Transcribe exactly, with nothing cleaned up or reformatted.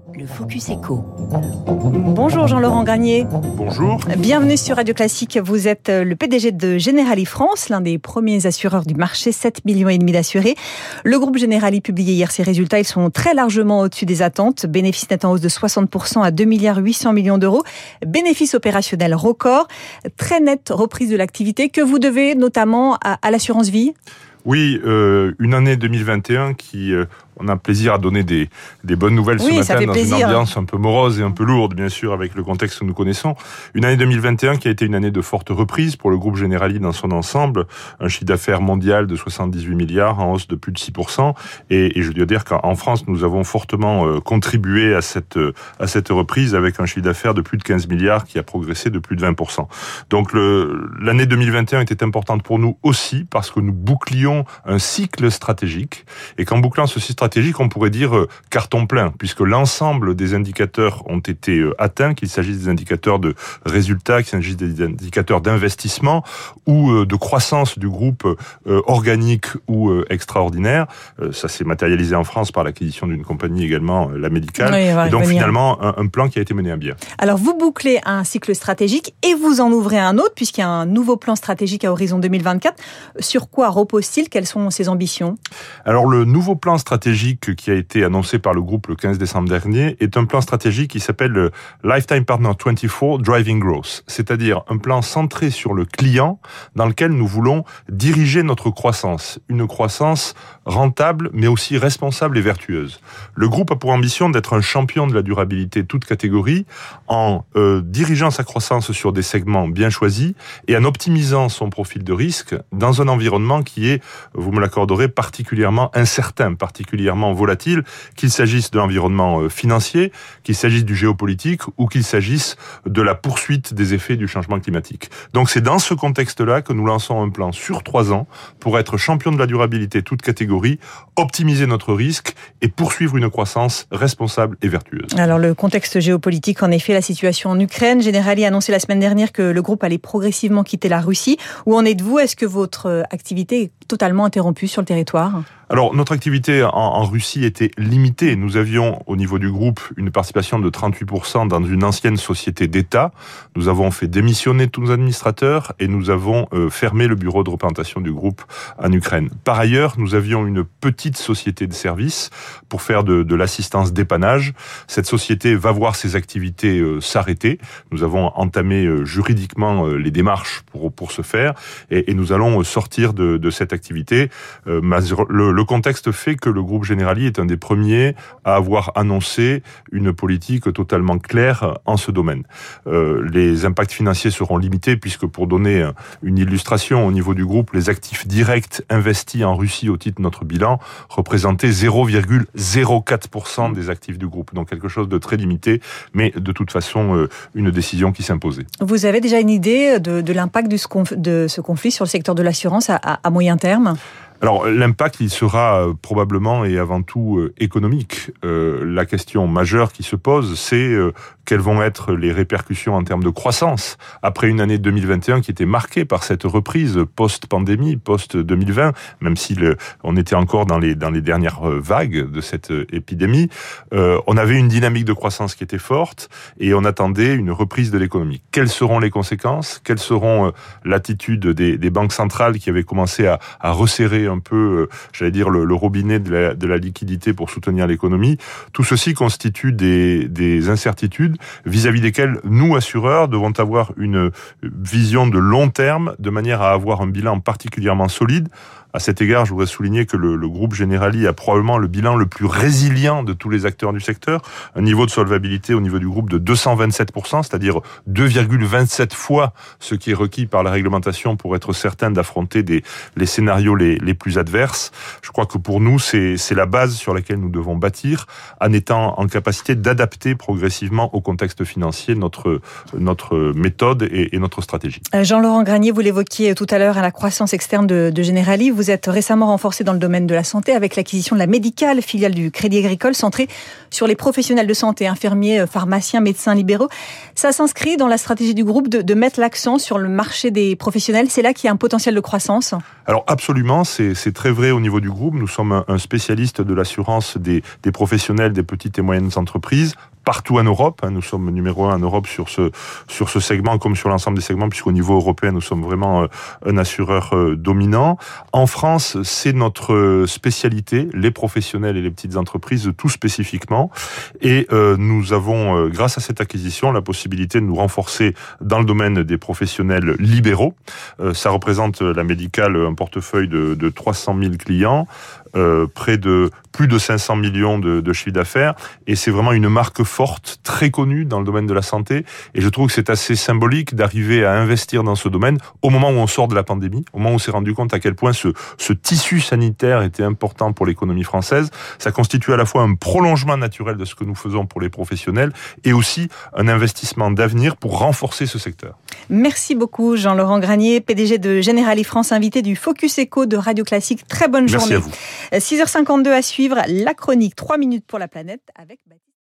Le Focus Éco. Bonjour Jean-Laurent Granier. Bonjour. Bienvenue sur Radio Classique. Vous êtes le P D G de Generali France, l'un des premiers assureurs du marché, sept millions et demi d'assurés. Le groupe Generali publié hier ses résultats. Ils sont très largement au-dessus des attentes. Bénéfice net en hausse de soixante pour cent à deux milliards huit cents millions d'euros. Bénéfice opérationnel record. Très nette reprise de l'activité que vous devez notamment à, à l'assurance vie. Oui, euh, une année deux mille vingt et un qui, euh, on a plaisir à donner des, des bonnes nouvelles oui, ce matin dans plaisir. Une ambiance un peu morose et un peu lourde, bien sûr, avec le contexte que nous connaissons. Une année deux mille vingt et un qui a été une année de forte reprise pour le groupe Generali dans son ensemble. Un chiffre d'affaires mondial de soixante-dix-huit milliards en hausse de plus de six pour cent. Et, et je dois dire qu'en France, nous avons fortement euh, contribué à cette, euh, à cette reprise avec un chiffre d'affaires de plus de quinze milliards qui a progressé de plus de vingt pour cent. Donc le, l'année deux mille vingt et un était importante pour nous aussi parce que nous bouclions un cycle stratégique. Et qu'en bouclant ce cycle stratégique, on pourrait dire euh, carton plein, puisque l'ensemble des indicateurs ont été euh, atteints, qu'il s'agisse des indicateurs de résultats, qu'il s'agisse des indicateurs d'investissement ou euh, de croissance du groupe euh, organique ou euh, extraordinaire. Euh, ça s'est matérialisé en France par l'acquisition d'une compagnie également, euh, la médicale. Oui, et donc finalement, un, un plan qui a été mené à bien. Alors vous bouclez un cycle stratégique et vous en ouvrez un autre, puisqu'il y a un nouveau plan stratégique à horizon deux mille vingt-quatre. Sur quoi repose-t-il ? Quelles sont ses ambitions ? Alors le nouveau plan stratégique qui a été annoncé par le groupe le quinze décembre dernier est un plan stratégique qui s'appelle le Lifetime Partner vingt-quatre Driving Growth, c'est-à-dire un plan centré sur le client dans lequel nous voulons diriger notre croissance, une croissance rentable mais aussi responsable et vertueuse. Le groupe a pour ambition d'être un champion de la durabilité toute catégorie en euh, dirigeant sa croissance sur des segments bien choisis et en optimisant son profil de risque dans un environnement qui est, vous me l'accorderez, particulièrement incertain, particulièrement volatile, qu'il s'agisse de l'environnement financier, qu'il s'agisse du géopolitique ou qu'il s'agisse de la poursuite des effets du changement climatique. Donc c'est dans ce contexte-là que nous lançons un plan sur trois ans pour être champion de la durabilité toute catégorie, optimiser notre risque et poursuivre une croissance responsable et vertueuse. Alors le contexte géopolitique, en effet, la situation en Ukraine. Generali a annoncé la semaine dernière que le groupe allait progressivement quitter la Russie. Où en êtes-vous ? Est-ce que votre activité est totalement interrompue sur le territoire ? Alors, notre activité en, en Russie était limitée. Nous avions, au niveau du groupe, une participation de trente-huit pour cent dans une ancienne société d'État. Nous avons fait démissionner tous nos administrateurs et nous avons euh, fermé le bureau de représentation du groupe en Ukraine. Par ailleurs, nous avions une petite société de services pour faire de, de l'assistance dépannage. Cette société va voir ses activités euh, s'arrêter. Nous avons entamé euh, juridiquement euh, les démarches pour, pour ce faire et, et nous allons sortir de, de cette activité. Euh, le, Le contexte fait que le groupe Generali est un des premiers à avoir annoncé une politique totalement claire en ce domaine. Euh, les impacts financiers seront limités puisque, pour donner une illustration au niveau du groupe, les actifs directs investis en Russie au titre de notre bilan représentaient zéro virgule zéro quatre pour cent des actifs du groupe. Donc quelque chose de très limité, mais de toute façon euh, une décision qui s'imposait. Vous avez déjà une idée de, de l'impact de ce, conf, de ce conflit sur le secteur de l'assurance à, à, à moyen terme ? Alors, l'impact, il sera euh, probablement et avant tout euh, économique. Euh, la question majeure qui se pose, c'est euh, quelles vont être les répercussions en termes de croissance après une année deux mille vingt et un qui était marquée par cette reprise post-pandémie, post-deux mille vingt, même si le, on était encore dans les, dans les dernières vagues de cette épidémie. Euh, on avait une dynamique de croissance qui était forte et on attendait une reprise de l'économie. Quelles seront les conséquences ? Quelles seront euh, l'attitude des, des banques centrales qui avaient commencé à, à resserrer un peu, j'allais dire, le, le robinet de la, de la liquidité pour soutenir l'économie. Tout ceci constitue des, des incertitudes vis-à-vis desquelles nous, assureurs, devons avoir une vision de long terme de manière à avoir un bilan particulièrement solide. À cet égard, je voudrais souligner que le, le groupe Generali a probablement le bilan le plus résilient de tous les acteurs du secteur. Un niveau de solvabilité au niveau du groupe de deux cent vingt-sept pour cent, c'est-à-dire deux virgule vingt-sept fois ce qui est requis par la réglementation pour être certain d'affronter des, les scénarios les, les plus adverses. Je crois que pour nous, c'est, c'est la base sur laquelle nous devons bâtir en étant en capacité d'adapter progressivement au contexte financier notre, notre méthode et, et notre stratégie. Jean-Laurent Granier, vous l'évoquiez tout à l'heure à la croissance externe de, de Generali. vous êtes récemment renforcé dans le domaine de la santé avec l'acquisition de la Médicale, filiale du Crédit Agricole, centrée sur les professionnels de santé, infirmiers, pharmaciens, médecins libéraux. Ça s'inscrit dans la stratégie du groupe de, de mettre l'accent sur le marché des professionnels. C'est là qu'il y a un potentiel de croissance. Alors absolument, c'est, c'est très vrai au niveau du groupe. Nous sommes un, un spécialiste de l'assurance des, des professionnels, des petites et moyennes entreprises, partout en Europe. Nous sommes numéro un en Europe sur ce, sur ce segment comme sur l'ensemble des segments, puisqu'au niveau européen, nous sommes vraiment un assureur dominant. En France, c'est notre spécialité, les professionnels et les petites entreprises, tout spécifiquement. Et euh, nous avons, grâce à cette acquisition, la possibilité de nous renforcer dans le domaine des professionnels libéraux. Euh, ça représente la Médicale, un portefeuille de, de trois cent mille clients, euh, près de plus de cinq cents millions de, de chiffre d'affaires. Et c'est vraiment une marque forte, très connue dans le domaine de la santé. Et je trouve que c'est assez symbolique d'arriver à investir dans ce domaine au moment où on sort de la pandémie, au moment où on s'est rendu compte à quel point ce, ce tissu sanitaire était important pour l'économie française. Ça constitue à la fois un prolongement naturel de ce que nous faisons pour les professionnels et aussi un investissement d'avenir pour renforcer ce secteur. Merci beaucoup Jean-Laurent Granier, P D G de Generali France, invité du Focus Echo de Radio Classique. Très bonne journée. Merci à vous. six heures cinquante-deux à suivre, la chronique trois minutes pour la planète avec Baptiste.